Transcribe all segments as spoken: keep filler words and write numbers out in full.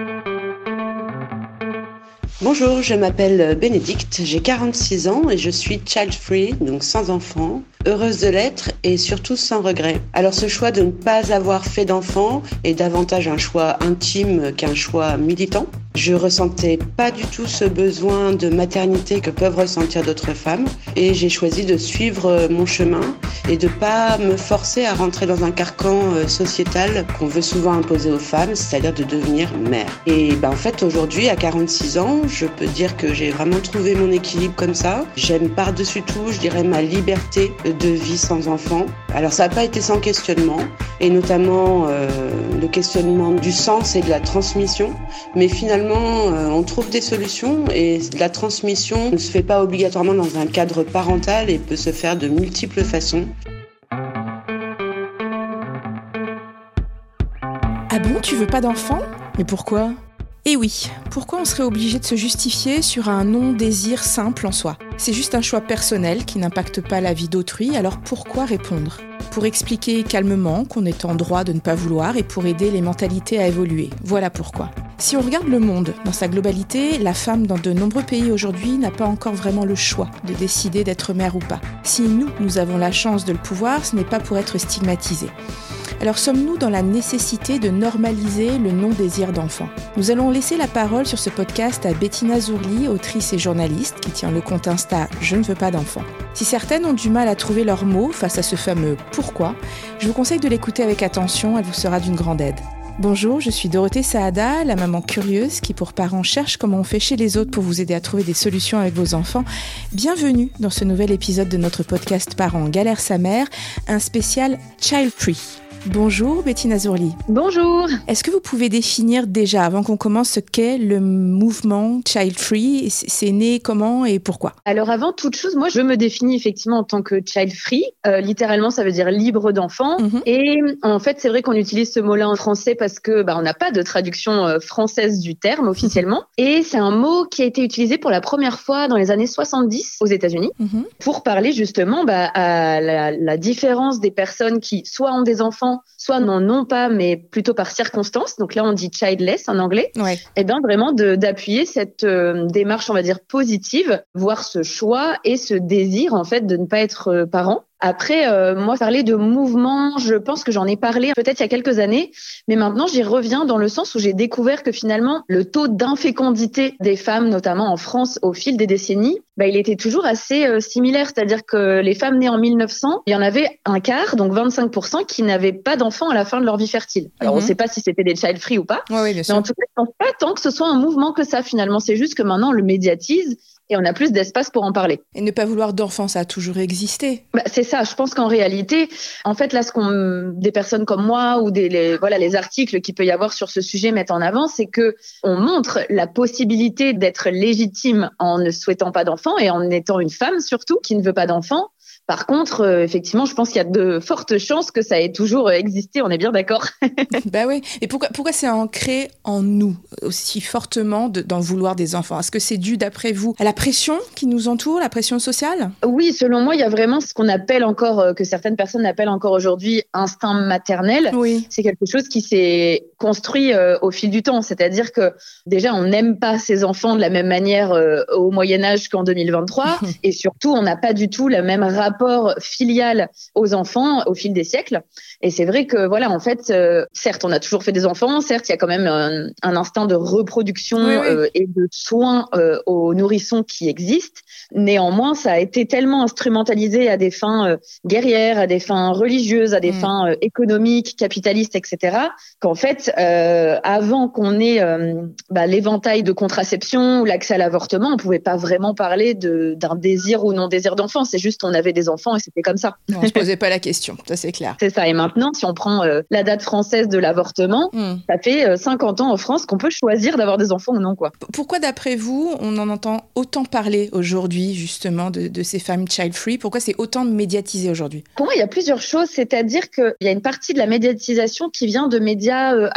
Bonjour, je m'appelle Bénédicte, j'ai quarante-six ans et je suis child-free, donc sans enfant, heureuse de l'être et surtout sans regret. Alors ce choix de ne pas avoir fait d'enfant est davantage un choix intime qu'un choix militant. Je ressentais pas du tout ce besoin de maternité que peuvent ressentir d'autres femmes et j'ai choisi de suivre mon chemin et de pas me forcer à rentrer dans un carcan sociétal qu'on veut souvent imposer aux femmes, c'est-à-dire de devenir mère. Et ben en fait aujourd'hui à quarante-six ans, je peux dire que j'ai vraiment trouvé mon équilibre comme ça. J'aime par-dessus tout, je dirais, ma liberté de vie sans enfant. Alors ça n'a pas été sans questionnement et notamment euh, le questionnement du sens et de la transmission, mais finalement on trouve des solutions et la transmission ne se fait pas obligatoirement dans un cadre parental et peut se faire de multiples façons. Ah bon, tu veux pas d'enfant ? Mais pourquoi ? Eh oui, pourquoi on serait obligé de se justifier sur un non-désir simple en soi ? C'est juste un choix personnel qui n'impacte pas la vie d'autrui, alors pourquoi répondre ? Pour expliquer calmement qu'on est en droit de ne pas vouloir et pour aider les mentalités à évoluer. Voilà pourquoi. Si on regarde le monde dans sa globalité, la femme dans de nombreux pays aujourd'hui n'a pas encore vraiment le choix de décider d'être mère ou pas. Si nous, nous avons la chance de le pouvoir, ce n'est pas pour être stigmatisés. Alors sommes-nous dans la nécessité de normaliser le non-désir d'enfant ? Nous allons laisser la parole sur ce podcast à Bettina Zourli, autrice et journaliste, qui tient le compte Insta « Je ne veux pas d'enfant ». Si certaines ont du mal à trouver leurs mots face à ce fameux « pourquoi ?», je vous conseille de l'écouter avec attention, elle vous sera d'une grande aide. Bonjour, je suis Dorothée Saada, la maman curieuse qui pour parents cherche comment on fait chez les autres pour vous aider à trouver des solutions avec vos enfants. Bienvenue dans ce nouvel épisode de notre podcast Parents galère sa mère, un spécial Child Free. Bonjour Bettina Zourli. Bonjour. Est-ce que vous pouvez définir déjà, avant qu'on commence, ce qu'est le mouvement Child Free ? C'est né comment et pourquoi ? Alors avant toute chose, moi je me définis effectivement en tant que Child Free. Euh, littéralement, ça veut dire libre d'enfant. Mm-hmm. Et en fait, c'est vrai qu'on utilise ce mot-là en français parce que bah, on n'a pas de traduction euh, française du terme officiellement. Mm-hmm. Et c'est un mot qui a été utilisé pour la première fois dans les années soixante-dix aux États-Unis mm-hmm. pour parler justement bah, à la, la différence des personnes qui soit ont des enfants, soit n'en ont pas, mais plutôt par circonstance. Donc là, on dit childless en anglais. Ouais. Et bien vraiment de, d'appuyer cette euh, démarche, on va dire, positive, voire ce choix et ce désir, en fait, de ne pas être euh, parent. Après, euh, moi, parler de mouvement, je pense que j'en ai parlé peut-être il y a quelques années, mais maintenant, j'y reviens dans le sens où j'ai découvert que finalement, le taux d'infécondité des femmes, notamment en France, au fil des décennies, bah, il était toujours assez euh, similaire. C'est-à-dire que les femmes nées en mille neuf cents, il y en avait un quart, donc vingt-cinq pour cent, qui n'avaient pas d'enfants à la fin de leur vie fertile. Alors, mm-hmm. on ne sait pas si c'était des child free ou pas, ouais, oui, bien sûr. Mais en tout cas, je ne pense pas tant que ce soit un mouvement que ça, finalement. C'est juste que maintenant, on le médiatise et on a plus d'espace pour en parler. Et ne pas vouloir d'enfants, ça a toujours existé. Bah, c'est ça. Je pense qu'en réalité, en fait, là, ce qu'on, des personnes comme moi ou des, les, voilà, les articles qu'il peut y avoir sur ce sujet mettent en avant, c'est que on montre la possibilité d'être légitime en ne souhaitant pas d'enfants et en étant une femme surtout qui ne veut pas d'enfants. Par contre, euh, effectivement, je pense qu'il y a de fortes chances que ça ait toujours existé, on est bien d'accord. Bah oui. Et pourquoi, pourquoi c'est ancré en nous aussi fortement de, d'en vouloir des enfants ? Est-ce que c'est dû, d'après vous, à la pression qui nous entoure, la pression sociale ? Oui, selon moi, il y a vraiment ce qu'on appelle encore, euh, que certaines personnes appellent encore aujourd'hui instinct maternel. Oui. C'est quelque chose qui s'est construit euh, au fil du temps. C'est-à-dire que déjà, on n'aime pas ses enfants de la même manière euh, au Moyen-Âge qu'en deux mille vingt-trois. Et surtout, on n'a pas du tout le même rapport rapport filial aux enfants au fil des siècles. Et c'est vrai que, voilà, en fait, euh, certes, on a toujours fait des enfants, certes, il y a quand même un, un instinct de reproduction oui, oui. Euh, et de soins euh, aux nourrissons qui existe. Néanmoins, ça a été tellement instrumentalisé à des fins euh, guerrières, à des fins religieuses, à des mmh. fins euh, économiques, capitalistes, et cetera, qu'en fait, euh, avant qu'on ait euh, bah, l'éventail de contraception ou l'accès à l'avortement, on pouvait pas vraiment parler de, d'un désir ou non-désir d'enfant. C'est juste on avait des enfants et c'était comme ça. On ne se posait pas la question, ça c'est clair. C'est ça. Et maintenant, si on prend euh, la date française de l'avortement, mmh. ça fait euh, cinquante ans en France qu'on peut choisir d'avoir des enfants ou non, quoi. Pourquoi, d'après vous, on en entend autant parler aujourd'hui, justement, de, de ces femmes child-free ? Pourquoi c'est autant médiatisé aujourd'hui ? Pour moi, il y a plusieurs choses. C'est-à-dire qu'il y a une partie de la médiatisation qui vient de médias euh,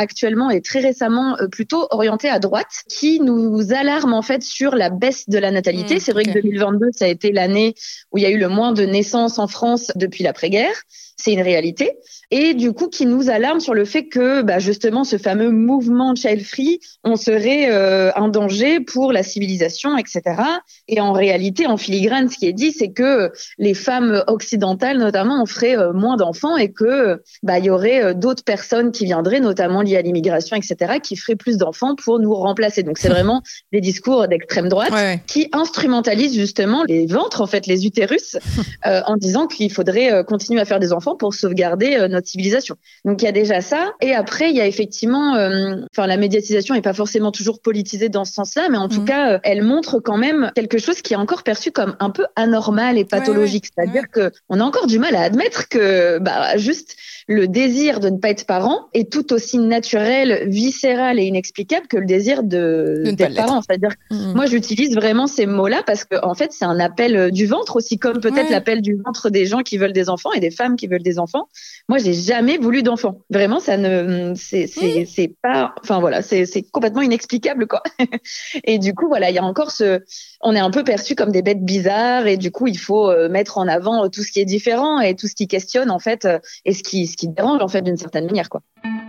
actuellement et très récemment euh, plutôt orientée à droite, qui nous alarme en fait sur la baisse de la natalité. Mmh, c'est vrai okay. que deux mille vingt-deux, ça a été l'année où il y a eu le moins de naissances en France depuis l'après-guerre. C'est une réalité. Et du coup, qui nous alarme sur le fait que, bah, justement, ce fameux mouvement child free, on serait euh, un danger pour la civilisation, et cetera. Et en réalité, en filigrane, ce qui est dit, c'est que les femmes occidentales, notamment, on ferait euh, moins d'enfants et que, bah, il y aurait euh, d'autres personnes qui viendraient, notamment liées à l'immigration, et cetera, qui feraient plus d'enfants pour nous remplacer. Donc, c'est vraiment des discours d'extrême droite ouais, ouais. qui instrumentalisent justement les ventres, en fait, les utérus, euh, en disant qu'il faudrait euh, continuer à faire des enfants pour sauvegarder euh, notre civilisation. Donc il y a déjà ça, et après il y a effectivement, enfin euh, la médiatisation est pas forcément toujours politisée dans ce sens-là, mais en tout mmh. cas euh, elle montre quand même quelque chose qui est encore perçu comme un peu anormal et pathologique, ouais, ouais. c'est-à-dire ouais. que on a encore du mal à admettre que bah juste le désir de ne pas être parent est tout aussi naturel, viscéral et inexplicable que le désir de, de d'être parent. C'est-à-dire que mmh. moi j'utilise vraiment ces mots-là parce que en fait c'est un appel du ventre aussi, comme peut-être ouais. l'appel du ventre des gens qui veulent des enfants et des femmes qui veulent des enfants. Moi j'ai jamais voulu d'enfant. Vraiment, ça ne, c'est, c'est, mmh. c'est pas, enfin voilà, c'est, c'est complètement inexplicable, quoi. Et du coup, voilà, il y a encore ce, on est un peu perçu comme des bêtes bizarres et du coup, il faut euh, mettre en avant tout ce qui est différent et tout ce qui questionne, en fait, euh, et ce qui, ce qui dérange, en fait, d'une certaine manière, quoi.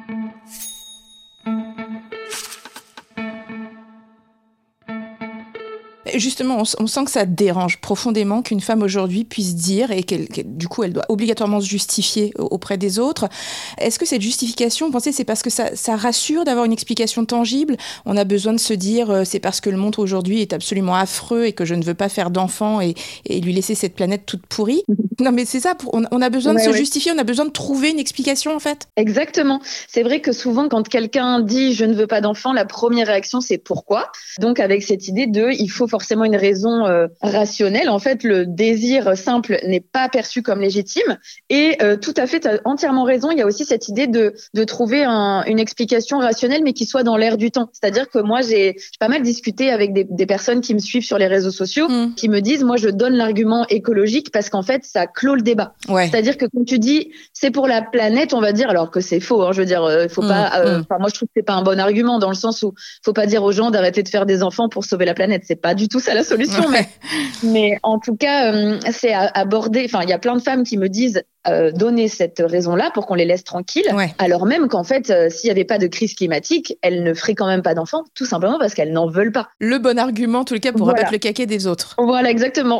Justement, on, on sent que ça dérange profondément qu'une femme aujourd'hui puisse dire, et qu'elle, qu'elle, du coup, elle doit obligatoirement se justifier auprès des autres. Est-ce que cette justification, vous pensez, c'est parce que ça, ça rassure d'avoir une explication tangible ? On a besoin de se dire, euh, c'est parce que le monde aujourd'hui est absolument affreux et que je ne veux pas faire d'enfant et, et lui laisser cette planète toute pourrie. Non, mais c'est ça, pour, on, on a besoin ouais, de se ouais. justifier, on a besoin de trouver une explication, en fait. Exactement. C'est vrai que souvent, quand quelqu'un dit « je ne veux pas d'enfant », la première réaction, c'est « pourquoi ?» Donc, avec cette idée de « il faut forcément une raison euh, rationnelle ». En fait, le désir simple n'est pas perçu comme légitime. Et euh, tout à fait, tu as entièrement raison. Il y a aussi cette idée de, de trouver un, une explication rationnelle, mais qui soit dans l'air du temps. C'est-à-dire que moi, j'ai, j'ai pas mal discuté avec des, des personnes qui me suivent sur les réseaux sociaux, mmh. qui me disent « moi, je donne l'argument écologique parce qu'en fait, ça clôt le débat. Ouais. » C'est-à-dire que quand tu dis « c'est pour la planète », on va dire, alors que c'est faux, hein, je veux dire, euh, faut mmh. pas. Euh, mmh. Moi, je trouve que c'est pas un bon argument dans le sens où faut pas dire aux gens d'arrêter de faire des enfants pour sauver la planète. C'est pas du tout ça la solution. Ouais. Mais, mais en tout cas, euh, c'est aborder. Enfin, il y a plein de femmes qui me disent euh, donner cette raison-là pour qu'on les laisse tranquilles, ouais. alors même qu'en fait, euh, s'il y avait pas de crise climatique, elles ne feraient quand même pas d'enfants, tout simplement parce qu'elles n'en veulent pas. Le bon argument, en tout cas, pour voilà. abattre le caquet des autres. Voilà, exactement.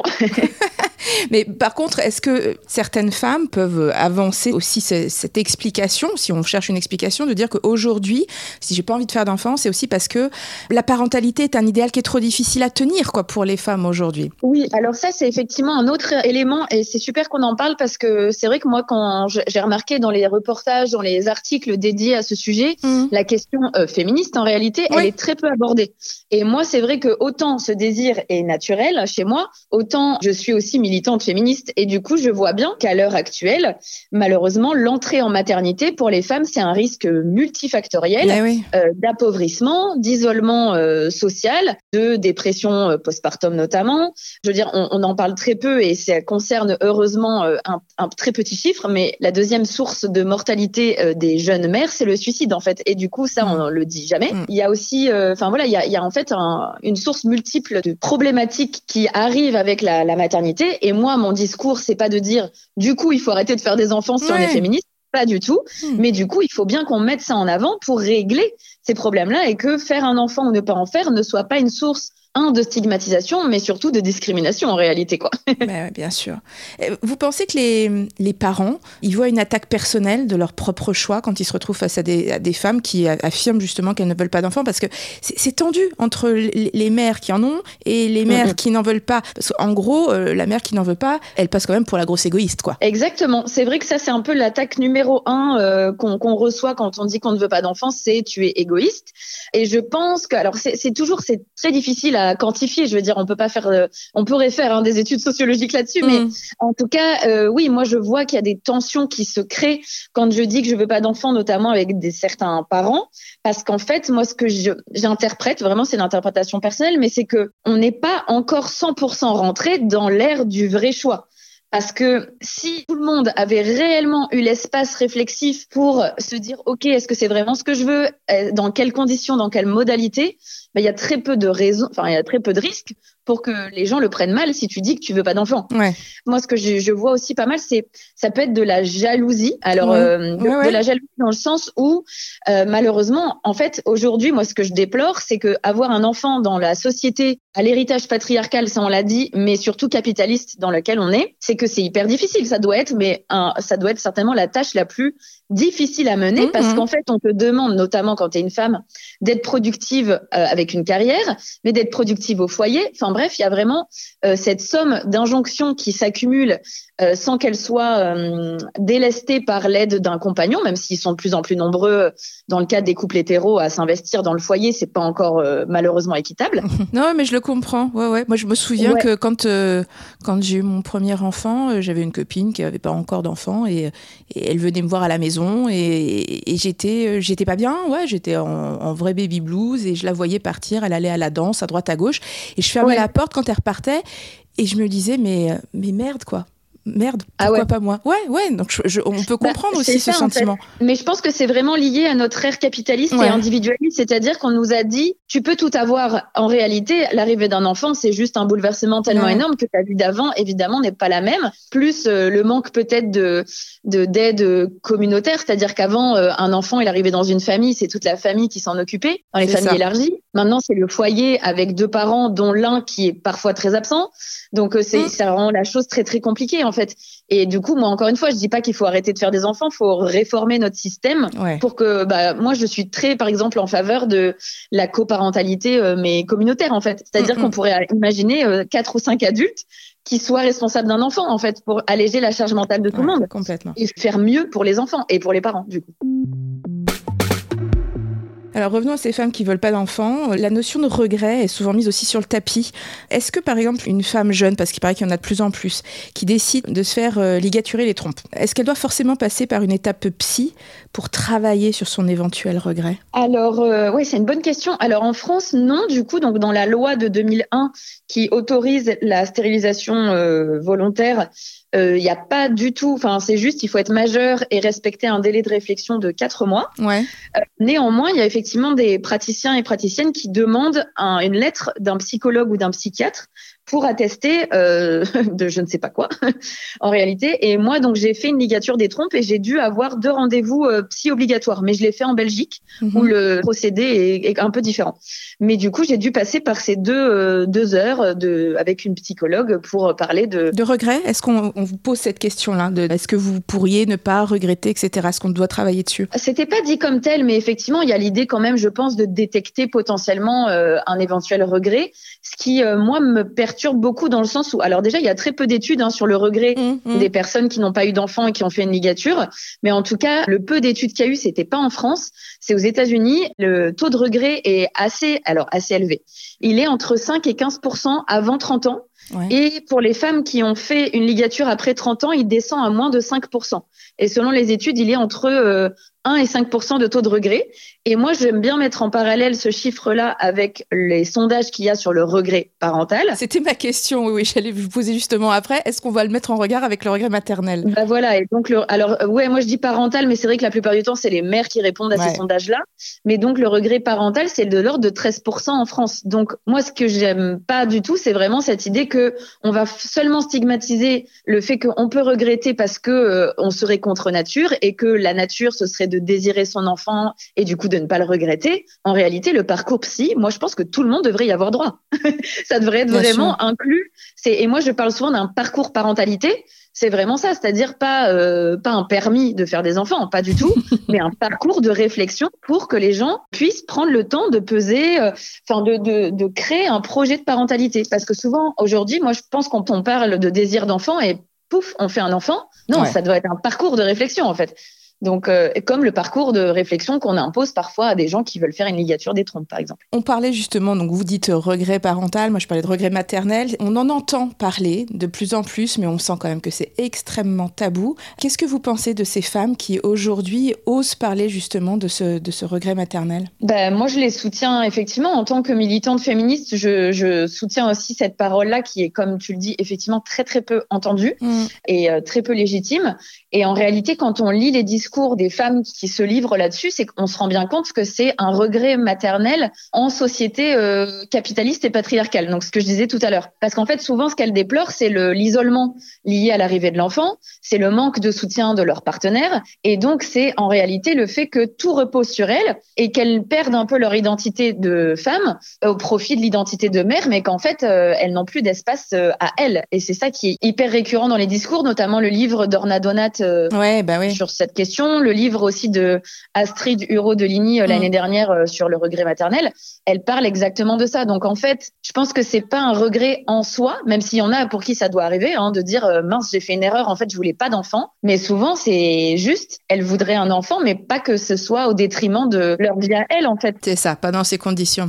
Mais par contre, est-ce que certaines femmes peuvent avancer aussi ce, cette explication, si on cherche une explication, de dire qu'aujourd'hui, si j'ai pas envie de faire d'enfant, c'est aussi parce que la parentalité est un idéal qui est trop difficile à tenir, quoi, pour les femmes aujourd'hui. Oui, alors ça, c'est effectivement un autre élément et c'est super qu'on en parle parce que c'est vrai que moi, quand j'ai remarqué dans les reportages, dans les articles dédiés à ce sujet, mmh. la question euh, féministe, en réalité, oui. elle est très peu abordée. Et moi, c'est vrai que autant ce désir est naturel chez moi, autant je suis aussi militante féministe et du coup, je vois bien qu'à l'heure actuelle, malheureusement, l'entrée en maternité pour les femmes, c'est un risque multifactoriel eh oui. euh, d'appauvrissement, d'isolement euh, social, de dépression euh, postpartum notamment. Je veux dire, on, on en parle très peu et ça concerne heureusement euh, un, un très petit chiffre, mais la deuxième source de mortalité euh, des jeunes mères, c'est le suicide en fait. Et du coup, ça, on le dit jamais. Mm. Il y a aussi, enfin euh, voilà, il y a, il y a en fait un, une source multiple de problématiques qui arrivent avec la, la maternité. Et moi, mon discours, c'est pas de dire, du coup, il faut arrêter de faire des enfants si ouais. on est féministe. Pas du tout. Mmh. Mais du coup, il faut bien qu'on mette ça en avant pour régler ces problèmes-là et que faire un enfant ou ne pas en faire ne soit pas une source un, de stigmatisation, mais surtout de discrimination en réalité, quoi. Ben, bien sûr. Vous pensez que les, les parents, ils voient une attaque personnelle de leur propre choix quand ils se retrouvent face à des, à des femmes qui affirment justement qu'elles ne veulent pas d'enfants? Parce que c'est, c'est tendu entre les, les mères qui en ont et les mères mmh. qui n'en veulent pas. Parce qu'en gros, euh, la mère qui n'en veut pas, elle passe quand même pour la grosse égoïste, quoi. Exactement. C'est vrai que ça, c'est un peu l'attaque numéro un euh, qu'on, qu'on reçoit quand on dit qu'on ne veut pas d'enfants, c'est tu es égoïste. Et je pense que, alors c'est, c'est toujours, c'est très difficile à quantifier. Je veux dire, on peut pas faire, euh, on pourrait faire hein, des études sociologiques là-dessus, mmh. mais en tout cas, euh, oui, moi je vois qu'il y a des tensions qui se créent quand je dis que je veux pas d'enfants, notamment avec des certains parents, parce qu'en fait, moi ce que je, j'interprète, vraiment c'est une interprétation personnelle, mais c'est que on n'est pas encore cent pour cent rentré dans l'ère du vrai choix. Parce que si tout le monde avait réellement eu l'espace réflexif pour se dire « Ok, est-ce que c'est vraiment ce que je veux ? Dans quelles conditions ? Dans quelles modalités ?» Ben, il y a très peu de raisons, enfin, il y a très peu de risques pour que les gens le prennent mal si tu dis que tu veux pas d'enfant. Ouais. Moi, ce que je, je vois aussi pas mal, c'est ça peut être de la jalousie. Alors, ouais. Euh, de, ouais, ouais. de la jalousie dans le sens où, euh, malheureusement, en fait, aujourd'hui, moi, ce que je déplore, c'est que avoir un enfant dans la société à l'héritage patriarcal, ça on l'a dit, mais surtout capitaliste dans lequel on est, c'est que c'est hyper difficile. Ça doit être, mais un, ça doit être certainement la tâche la plus difficile à mener, mmh, parce qu'en fait, on te demande, notamment quand tu es une femme, d'être productive euh, avec une carrière, mais d'être productive au foyer. Enfin bref, il y a vraiment euh, cette somme d'injonctions qui s'accumulent euh, sans qu'elles soient euh, délestées par l'aide d'un compagnon, même s'ils sont de plus en plus nombreux dans le cas des couples hétéros à s'investir dans le foyer, c'est pas encore euh, malheureusement équitable. Non, mais je le comprends. Ouais, ouais. Moi, je me souviens ouais. que quand euh, quand j'ai eu mon premier enfant, euh, j'avais une copine qui avait pas encore d'enfant et, et elle venait me voir à la maison et, et, et j'étais euh, j'étais pas bien. Ouais, j'étais en, en vrai baby blues et je la voyais partir. Elle allait à la danse à droite à gauche et je fermais ouais. la porte quand elle repartait et je me disais mais mais merde quoi. Merde, pourquoi ah ouais. pas moi ? Ouais, ouais, donc je, je, on peut comprendre bah, aussi ce ça, sentiment. En fait. Mais je pense que c'est vraiment lié à notre ère capitaliste ouais. et individualiste, c'est-à-dire qu'on nous a dit, tu peux tout avoir. En réalité, l'arrivée d'un enfant, c'est juste un bouleversement tellement ouais. énorme que ta vie d'avant, évidemment, n'est pas la même. Plus euh, le manque peut-être de, de d'aide communautaire, c'est-à-dire qu'avant, euh, un enfant, il arrivait dans une famille, c'est toute la famille qui s'en occupait, dans les c'est familles ça. élargies. Maintenant, c'est le foyer avec deux parents, dont l'un qui est parfois très absent. Donc, euh, c'est, mmh. ça rend la chose très, très compliquée, en fait. Et du coup, moi, encore une fois, je dis pas qu'il faut arrêter de faire des enfants, il faut réformer notre système ouais. pour que, bah, moi, je suis très, par exemple, en faveur de la coparentalité, euh, mais communautaire, en fait. C'est-à-dire mmh. qu'on pourrait imaginer euh, quatre ou cinq adultes qui soient responsables d'un enfant, en fait, pour alléger la charge mentale de tout ouais, le monde. Complètement. Et faire mieux pour les enfants et pour les parents, du coup. Alors revenons à ces femmes qui veulent pas d'enfants. La notion de regret est souvent mise aussi sur le tapis. Est-ce que par exemple une femme jeune, parce qu'il paraît qu'il y en a de plus en plus, qui décide de se faire euh, ligaturer les trompes, est-ce qu'elle doit forcément passer par une étape psy pour travailler sur son éventuel regret ? Alors euh, oui, c'est une bonne question. Alors en France, non, du coup, donc dans la loi de deux mille un qui autorise la stérilisation euh, volontaire, il euh, n'y a pas du tout, enfin c'est juste, il faut être majeur et respecter un délai de réflexion de quatre mois. Ouais. Euh, néanmoins, il y a effectivement des praticiens et praticiennes qui demandent un, une lettre d'un psychologue ou d'un psychiatre pour attester euh, de je ne sais pas quoi en réalité. Et moi, donc j'ai fait une ligature des trompes et j'ai dû avoir deux rendez-vous euh, psy obligatoires, mais je l'ai fait en Belgique mmh. où le procédé est, est un peu différent. Mais du coup, j'ai dû passer par ces deux euh, deux heures de avec une psychologue pour parler de de regret. Est-ce qu'on on vous pose cette question-là de est-ce que vous pourriez ne pas regretter, et cetera. Est-ce qu'on doit travailler dessus ? C'était pas dit comme tel, mais effectivement, il y a l'idée quand même, je pense, de détecter potentiellement euh, un éventuel regret, ce qui euh, moi me perturbe beaucoup dans le sens où, alors déjà, il y a très peu d'études hein, sur le regret mmh, mmh. des personnes qui n'ont pas eu d'enfants et qui ont fait une ligature. Mais en tout cas, le peu d'études qu'il y a eu, c'était pas en France, c'est aux États-Unis. Le taux de regret est assez, alors assez élevé. Il est entre cinq et quinze pour cent avant trente ans. Ouais. Et pour les femmes qui ont fait une ligature après trente ans, il descend à moins de cinq pour cent. Et selon les études, il est entre euh, un et cinq pour cent de taux de regret. Et moi, j'aime bien mettre en parallèle ce chiffre-là avec les sondages qu'il y a sur le regret parental. C'était ma question, oui, oui, j'allais vous poser justement après. Est-ce qu'on va le mettre en regard avec le regret maternel ? Bah voilà, et donc, le, alors, ouais, moi je dis parental, mais c'est vrai que la plupart du temps, c'est les mères qui répondent à ouais. ces sondages-là. Mais donc, le regret parental, c'est de l'ordre de treize pour cent en France. Donc, moi, ce que j'aime pas du tout, c'est vraiment cette idée que on va seulement stigmatiser le fait qu'on peut regretter parce que euh, on serait contre nature et que la nature, ce serait de désirer son enfant et du coup de ne pas le regretter. En réalité, le parcours psy, moi, je pense que tout le monde devrait y avoir droit. Ça devrait être Bien vraiment sûr. inclus. C'est, et moi, je parle souvent d'un parcours parentalité. C'est vraiment ça, c'est-à-dire pas euh, pas un permis de faire des enfants, pas du tout, mais un parcours de réflexion pour que les gens puissent prendre le temps de peser, enfin euh, de, de de créer un projet de parentalité. Parce que souvent, aujourd'hui, moi, je pense quand on parle de désir d'enfant et pouf, on fait un enfant. Non, ouais. ça doit être un parcours de réflexion en fait. Donc, euh, comme le parcours de réflexion qu'on impose parfois à des gens qui veulent faire une ligature des trompes, par exemple. On parlait justement, donc vous dites regret parental, moi je parlais de regret maternel. On en entend parler de plus en plus, mais on sent quand même que c'est extrêmement tabou. Qu'est-ce que vous pensez de ces femmes qui aujourd'hui osent parler justement de ce, de ce regret maternel ? Ben, moi, je les soutiens effectivement. En tant que militante féministe, je, je soutiens aussi cette parole-là qui est, comme tu le dis, effectivement très très peu entendue mmh. et euh, très peu légitime. Et en réalité, quand on lit les discours des femmes qui se livrent là-dessus, c'est qu'on se rend bien compte que c'est un regret maternel en société euh, capitaliste et patriarcale. Donc, ce que je disais tout à l'heure. Parce qu'en fait, souvent, ce qu'elles déplorent, c'est le, l'isolement lié à l'arrivée de l'enfant, c'est le manque de soutien de leur partenaire. Et donc, c'est en réalité le fait que tout repose sur elles et qu'elles perdent un peu leur identité de femme euh, au profit de l'identité de mère, mais qu'en fait, euh, elles n'ont plus d'espace euh, à elles. Et c'est ça qui est hyper récurrent dans les discours, notamment le livre d'Orna Donat euh, ouais, bah oui. sur cette question, le livre aussi de Astrid Huro de Ligny euh, mmh. l'année dernière euh, sur le regret maternel. Elle parle exactement de ça. Donc en fait, je pense que c'est pas un regret en soi, même s'il y en a pour qui ça doit arriver, hein, de dire euh, mince, j'ai fait une erreur, en fait, je voulais pas d'enfant. Mais souvent, c'est juste, elles voudraient un enfant, mais pas que ce soit au détriment de leur vie à elles, en fait. C'est ça, pas dans ces conditions.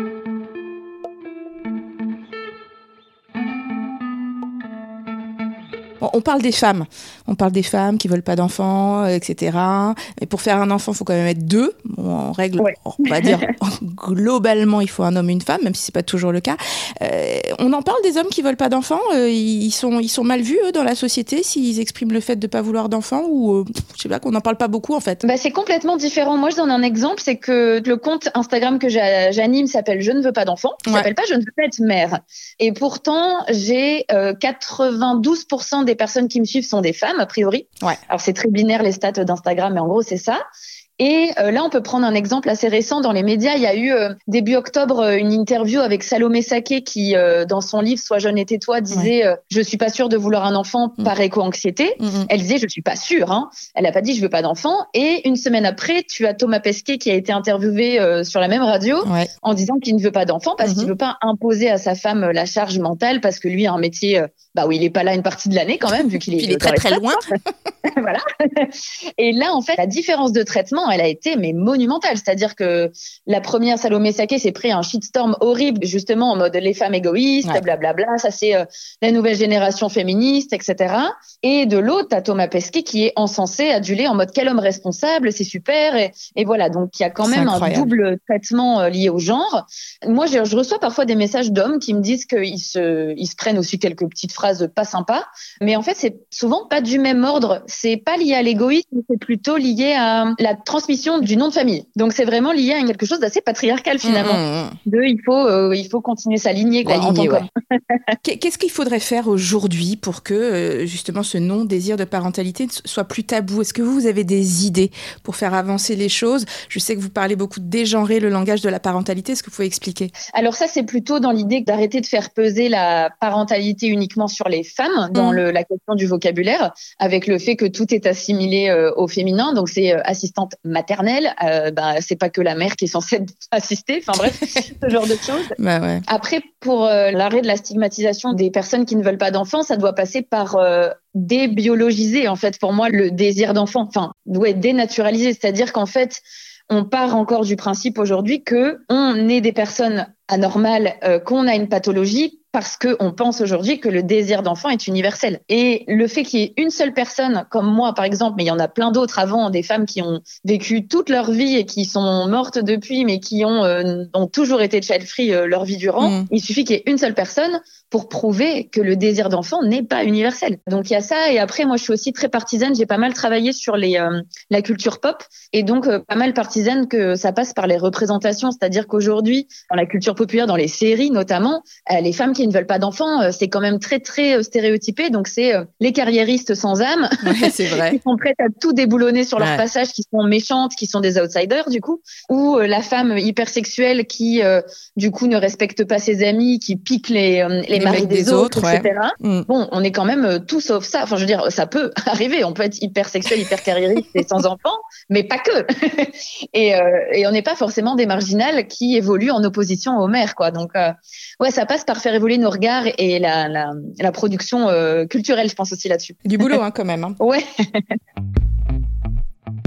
On parle des femmes, on parle des femmes qui veulent pas d'enfants, et cetera. Et pour faire un enfant, il faut quand même être deux. Bon, en règle, ouais. On va dire globalement, il faut un homme et une femme, même si c'est pas toujours le cas. Euh, on en parle des hommes qui veulent pas d'enfants. Euh, ils sont, ils sont mal vus eux, dans la société s'ils expriment le fait de pas vouloir d'enfants ou euh, je sais pas, qu'on n'en parle pas beaucoup en fait. Bah c'est complètement différent. Moi, je donne un exemple, c'est que le compte Instagram que j'anime s'appelle Je ne veux pas d'enfants. Il ouais. s'appelle pas Je ne veux pas être mère. Et pourtant, j'ai euh, quatre-vingt-douze pour cent des personnes qui me suivent sont des femmes, a priori. Ouais. Alors, c'est très binaire, les stats d'Instagram, mais en gros, c'est ça. Et euh, là, on peut prendre un exemple assez récent dans les médias. Il y a eu euh, début octobre euh, une interview avec Salomé Saké qui, euh, dans son livre Sois jeune et tais-toi, disait ouais. euh, je suis pas sûre de vouloir un enfant mmh. par éco-anxiété. Mmh. Elle disait je suis pas sûre. Hein. Elle a pas dit je veux pas d'enfant. Et une semaine après, tu as Thomas Pesquet qui a été interviewé euh, sur la même radio ouais. en disant qu'il ne veut pas d'enfant parce mmh. qu'il veut pas imposer à sa femme euh, la charge mentale parce que lui a un métier euh, bah où il est pas là une partie de l'année quand même vu qu'il est, il est très très loin. Voilà. Et là, en fait, la différence de traitement, elle a été mais monumentale. C'est-à-dire que la première, Salomé Saké, s'est pris un shitstorm horrible, justement en mode les femmes égoïstes, ouais. blablabla. Ça, c'est euh, la nouvelle génération féministe, et cetera. Et de l'autre, t'as Thomas Pesquet qui est encensé, adulé en mode quel homme responsable, c'est super. Et, et voilà, donc il y a quand même un double traitement euh, lié au genre. Moi, je, je reçois parfois des messages d'hommes qui me disent qu'ils se, ils se prennent aussi quelques petites phrases pas sympas. Mais en fait, c'est souvent pas du même ordre. C'est pas lié à l'égoïsme, c'est plutôt lié à la transmission du nom de famille. Donc c'est vraiment lié à quelque chose d'assez patriarcal finalement. Mmh, mmh. De il faut euh, il faut continuer sa lignée quoi. La lignée, ouais. Qu'est-ce qu'il faudrait faire aujourd'hui pour que euh, justement ce non désir de parentalité soit plus tabou ? Est-ce que vous, vous avez des idées pour faire avancer les choses ? Je sais que vous parlez beaucoup de dégenrer le langage de la parentalité. Est-ce que vous pouvez expliquer ? Alors ça c'est plutôt dans l'idée d'arrêter de faire peser la parentalité uniquement sur les femmes dans mmh. le, la question du vocabulaire, avec le fait que tout est assimilé euh, au féminin. Donc c'est euh, assistante maternelle. Euh, bah, c'est pas que la mère qui est censée être assistée. Enfin bref, ce genre de choses. Bah ouais. Après, pour euh, l'arrêt de la stigmatisation des personnes qui ne veulent pas d'enfants, ça doit passer par euh, débiologiser, en fait, pour moi, le désir d'enfant. Enfin, ouais, dénaturaliser. C'est-à-dire qu'en fait, on part encore du principe aujourd'hui que on est des personnes anormales, euh, qu'on a une pathologie, parce qu'on pense aujourd'hui que le désir d'enfant est universel. Et le fait qu'il y ait une seule personne, comme moi par exemple, mais il y en a plein d'autres avant, des femmes qui ont vécu toute leur vie et qui sont mortes depuis, mais qui ont, euh, ont toujours été child-free euh, leur vie durant, mmh. il suffit qu'il y ait une seule personne pour prouver que le désir d'enfant n'est pas universel. Donc il y a ça, et après moi je suis aussi très partisane, j'ai pas mal travaillé sur les, euh, la culture pop, et donc euh, pas mal partisane que ça passe par les représentations, c'est-à-dire qu'aujourd'hui, dans la culture populaire, dans les séries notamment, euh, les femmes qui ne veulent pas d'enfants, euh, c'est quand même très très euh, stéréotypé, donc c'est euh, les carriéristes sans âme, ouais, c'est vrai. qui sont prêtes à tout déboulonner sur ouais. leur passage, qui sont méchantes, qui sont des outsiders du coup, ou euh, la femme hypersexuelle qui euh, du coup ne respecte pas ses amis, qui pique les, euh, les, les maris des, des autres, autres et cetera. Ouais. Mm. Bon, on est quand même euh, tout sauf ça, enfin je veux dire, ça peut arriver, on peut être hypersexuel, hypercarriériste et sans enfants, mais pas que. et, euh, et on n'est pas forcément des marginales qui évoluent en opposition aux mères, quoi. Donc euh, ouais, ça passe par faire évoluer nos regards et la, la, la production euh, culturelle, je pense aussi là-dessus. Du boulot, hein, quand même. Hein. Ouais.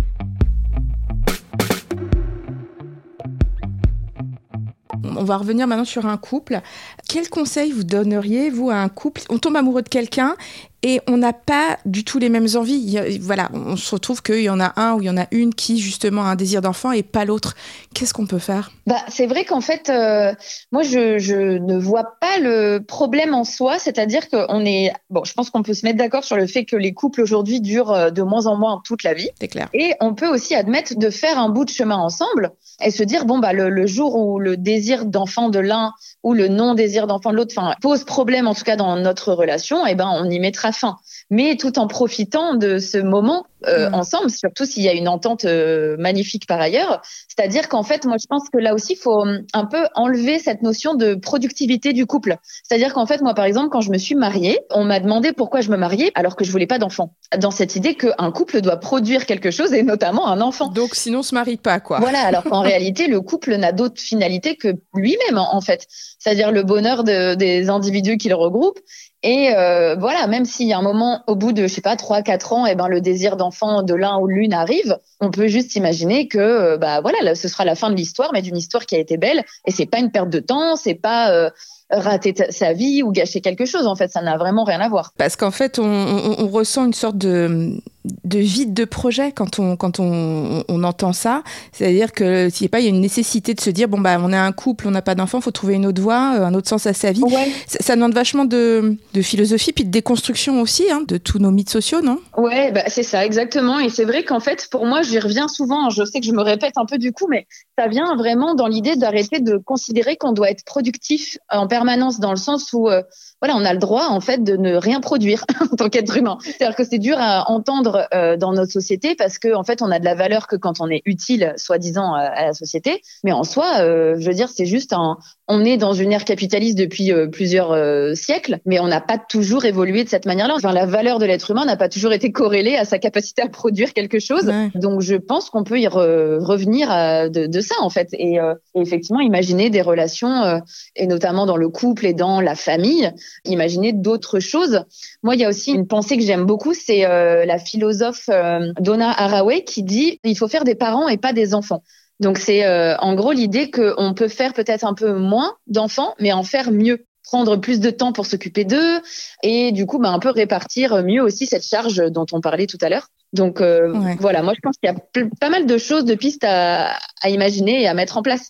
on va revenir maintenant sur un couple. Quel conseil vous donneriez, vous, à un couple ? On tombe amoureux de quelqu'un et on n'a pas du tout les mêmes envies. Il y a, voilà, on se retrouve qu'il y en a un ou il y en a une qui, justement, a un désir d'enfant et pas l'autre. Qu'est-ce qu'on peut faire ? Bah, c'est vrai qu'en fait, euh, moi, je, je ne vois pas le problème en soi. C'est-à-dire qu'on est... Bon, je pense qu'on peut se mettre d'accord sur le fait que les couples aujourd'hui durent de moins en moins toute la vie. C'est clair. Et on peut aussi admettre de faire un bout de chemin ensemble et se dire, bon, bah, le, le jour où le désir d'enfant de l'un ou le non-désir d'enfant de l'autre, enfin, pose problème, en tout cas dans notre relation, eh ben, on y mettra fin. Mais tout en profitant de ce moment euh, mmh. ensemble, surtout s'il y a une entente euh, magnifique par ailleurs. C'est-à-dire qu'en fait, moi, je pense que là aussi, il faut un peu enlever cette notion de productivité du couple. C'est-à-dire qu'en fait, moi, par exemple, quand je me suis mariée, on m'a demandé pourquoi je me mariais alors que je voulais pas d'enfant. Dans cette idée qu'un couple doit produire quelque chose et notamment un enfant. Donc, sinon, on se marie pas, quoi. Voilà, alors qu'en réalité, le couple n'a d'autre finalité que lui-même, en fait. C'est-à-dire le bonheur de, des individus qu'il regroupe. Et euh, voilà, même s'il y a un moment, au bout de, je sais pas, trois, quatre ans, eh ben, le désir d'enfant de l'un ou de l'une arrive, on peut juste imaginer que, euh, bah, voilà, là, ce sera la fin de l'histoire, mais d'une histoire qui a été belle. Et c'est pas une perte de temps, c'est pas euh, rater ta, sa vie ou gâcher quelque chose. En fait, ça n'a vraiment rien à voir. Parce qu'en fait, on, on, on ressent une sorte de, de vide de projet quand on, quand on, on entend ça. C'est-à-dire que, s'il y a pas, il y a une nécessité de se dire, bon, bah, on est un couple, on n'a pas d'enfant, faut trouver une autre voie, un autre sens à sa vie. Ouais. Ça, ça demande vachement de, de philosophie, puis de déconstruction aussi, hein, de tous nos mythes sociaux, non ? Ouais, bah, c'est ça, exactement. Et c'est vrai qu'en fait, pour moi, j'y reviens souvent. Je sais que je me répète un peu du coup, mais ça vient vraiment dans l'idée d'arrêter de considérer qu'on doit être productif en permanence, dans le sens où, euh, voilà, on a le droit, en fait, de ne rien produire en tant qu'être humain. C'est-à-dire que c'est dur à entendre euh, dans notre société parce que, en fait, on a de la valeur que quand on est utile, soi-disant, à, à la société. Mais en soi, euh, je veux dire, c'est juste un, on est dans une ère capitaliste depuis euh, plusieurs euh, siècles, mais on n'a pas toujours évolué de cette manière-là. Enfin, la valeur de l'être humain n'a pas toujours été corrélée à sa capacité à produire quelque chose. Ouais. Donc, je pense qu'on peut y re- revenir à, de, de ça, en fait. Et, euh, et effectivement, imaginer des relations, euh, et notamment dans le couple et dans la famille, imaginer d'autres choses. Moi, il y a aussi une pensée que j'aime beaucoup, c'est euh, la philosophe euh, Donna Haraway qui dit « il faut faire des parents et pas des enfants ». Donc, c'est euh, en gros l'idée qu'on peut faire peut-être un peu moins d'enfants, mais en faire mieux. Prendre plus de temps pour s'occuper d'eux et du coup, bah, un peu répartir mieux aussi cette charge dont on parlait tout à l'heure. Donc, euh, ouais. voilà, moi, je pense qu'il y a p- pas mal de choses, de pistes à, à imaginer et à mettre en place.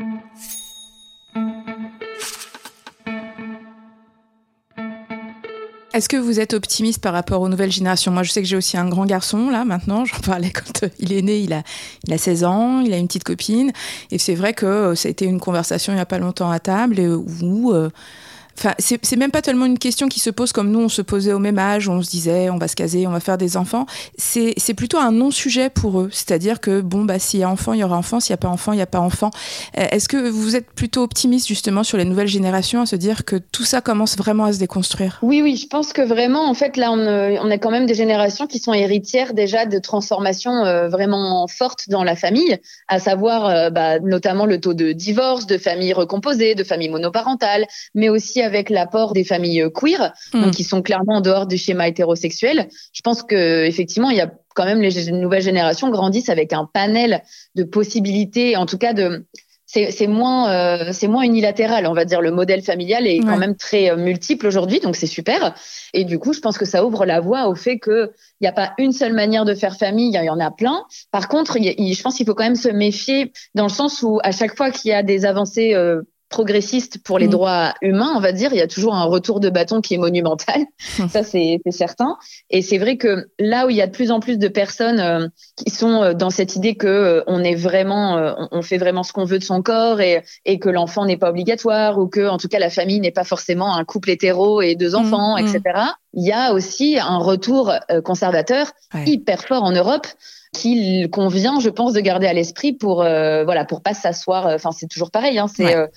Est-ce que vous êtes optimiste par rapport aux nouvelles générations ? Moi, je sais que j'ai aussi un grand garçon, là, maintenant. J'en parlais quand il est né, il a, il a seize ans, il a une petite copine. Et c'est vrai que ça a été une conversation il n'y a pas longtemps à table où... Euh, Enfin, c'est, c'est même pas tellement une question qui se pose comme nous, on se posait au même âge, où on se disait on va se caser, on va faire des enfants. C'est, c'est plutôt un non-sujet pour eux. C'est-à-dire que, bon, bah, s'il y a enfant, il y aura enfant. S'il n'y a pas enfant, il n'y a pas enfant. Euh, est-ce que vous êtes plutôt optimiste, justement, sur les nouvelles générations, à se dire que tout ça commence vraiment à se déconstruire ? Oui, oui, je pense que vraiment, en fait, là, on, on a quand même des générations qui sont héritières déjà de transformations euh, vraiment fortes dans la famille, à savoir, euh, bah, notamment le taux de divorce, de familles recomposées, de familles monoparentales, mais aussi avec l'apport des familles queer, mmh. donc qui sont clairement en dehors du schéma hétérosexuel. Je pense que effectivement, il y a quand même les nouvelles générations grandissent avec un panel de possibilités, en tout cas de c'est, c'est moins euh, c'est moins unilatéral, on va dire. Le modèle familial est ouais. quand même très euh, multiple aujourd'hui, donc c'est super. Et du coup, je pense que ça ouvre la voie au fait que il y a pas une seule manière de faire famille, il y en a plein. Par contre, y a, je pense qu'il faut quand même se méfier dans le sens où à chaque fois qu'il y a des avancées euh, progressiste pour les mmh. droits humains, on va dire, il y a toujours un retour de bâton qui est monumental. Mmh. Ça, c'est, c'est certain. Et c'est vrai que là où il y a de plus en plus de personnes euh, qui sont dans cette idée que euh, on est vraiment, euh, on fait vraiment ce qu'on veut de son corps et, et que l'enfant n'est pas obligatoire ou que, en tout cas, la famille n'est pas forcément un couple hétéro et deux enfants, mmh. et cetera. Il y a aussi un retour euh, conservateur ouais. hyper fort en Europe, qu'il convient, je pense, de garder à l'esprit pour, euh, voilà, pour pas s'asseoir. Enfin, c'est toujours pareil. Hein, c'est, ouais. euh,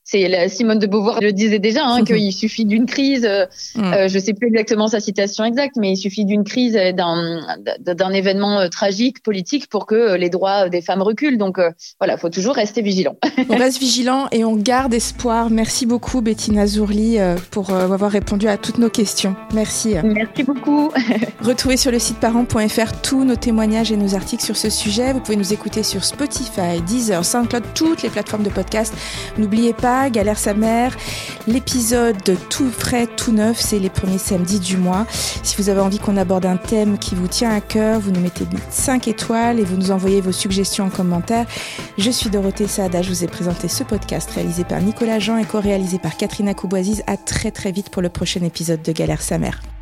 c'est la, Simone de Beauvoir le disait déjà, hein, mmh. qu'il suffit d'une crise, euh, mmh. euh, je sais plus exactement sa citation exacte, mais il suffit d'une crise, d'un, d'un événement euh, tragique, politique, pour que euh, les droits des femmes reculent. Donc euh, voilà, faut toujours rester vigilant. On reste vigilant et on garde espoir. Merci beaucoup Bettina Zourli euh, pour euh, avoir répondu à toutes nos questions. Merci. Merci beaucoup. Retrouvez sur le site parents point f r tous nos témoignages et nos articles sur ce sujet. Vous pouvez nous écouter sur Spotify, Deezer, SoundCloud, toutes les plateformes de podcast. N'oubliez pas, Galère sa mère, l'épisode tout frais, tout neuf, c'est les premiers samedis du mois. Si vous avez envie qu'on aborde un thème qui vous tient à cœur, vous nous mettez cinq étoiles et vous nous envoyez vos suggestions en commentaire. Je suis Dorothée Saada, je vous ai présenté ce podcast réalisé par Nicolas Jean et co-réalisé par Catherine Akouboaziz. À très très vite pour le prochain épisode de Galère sa mère.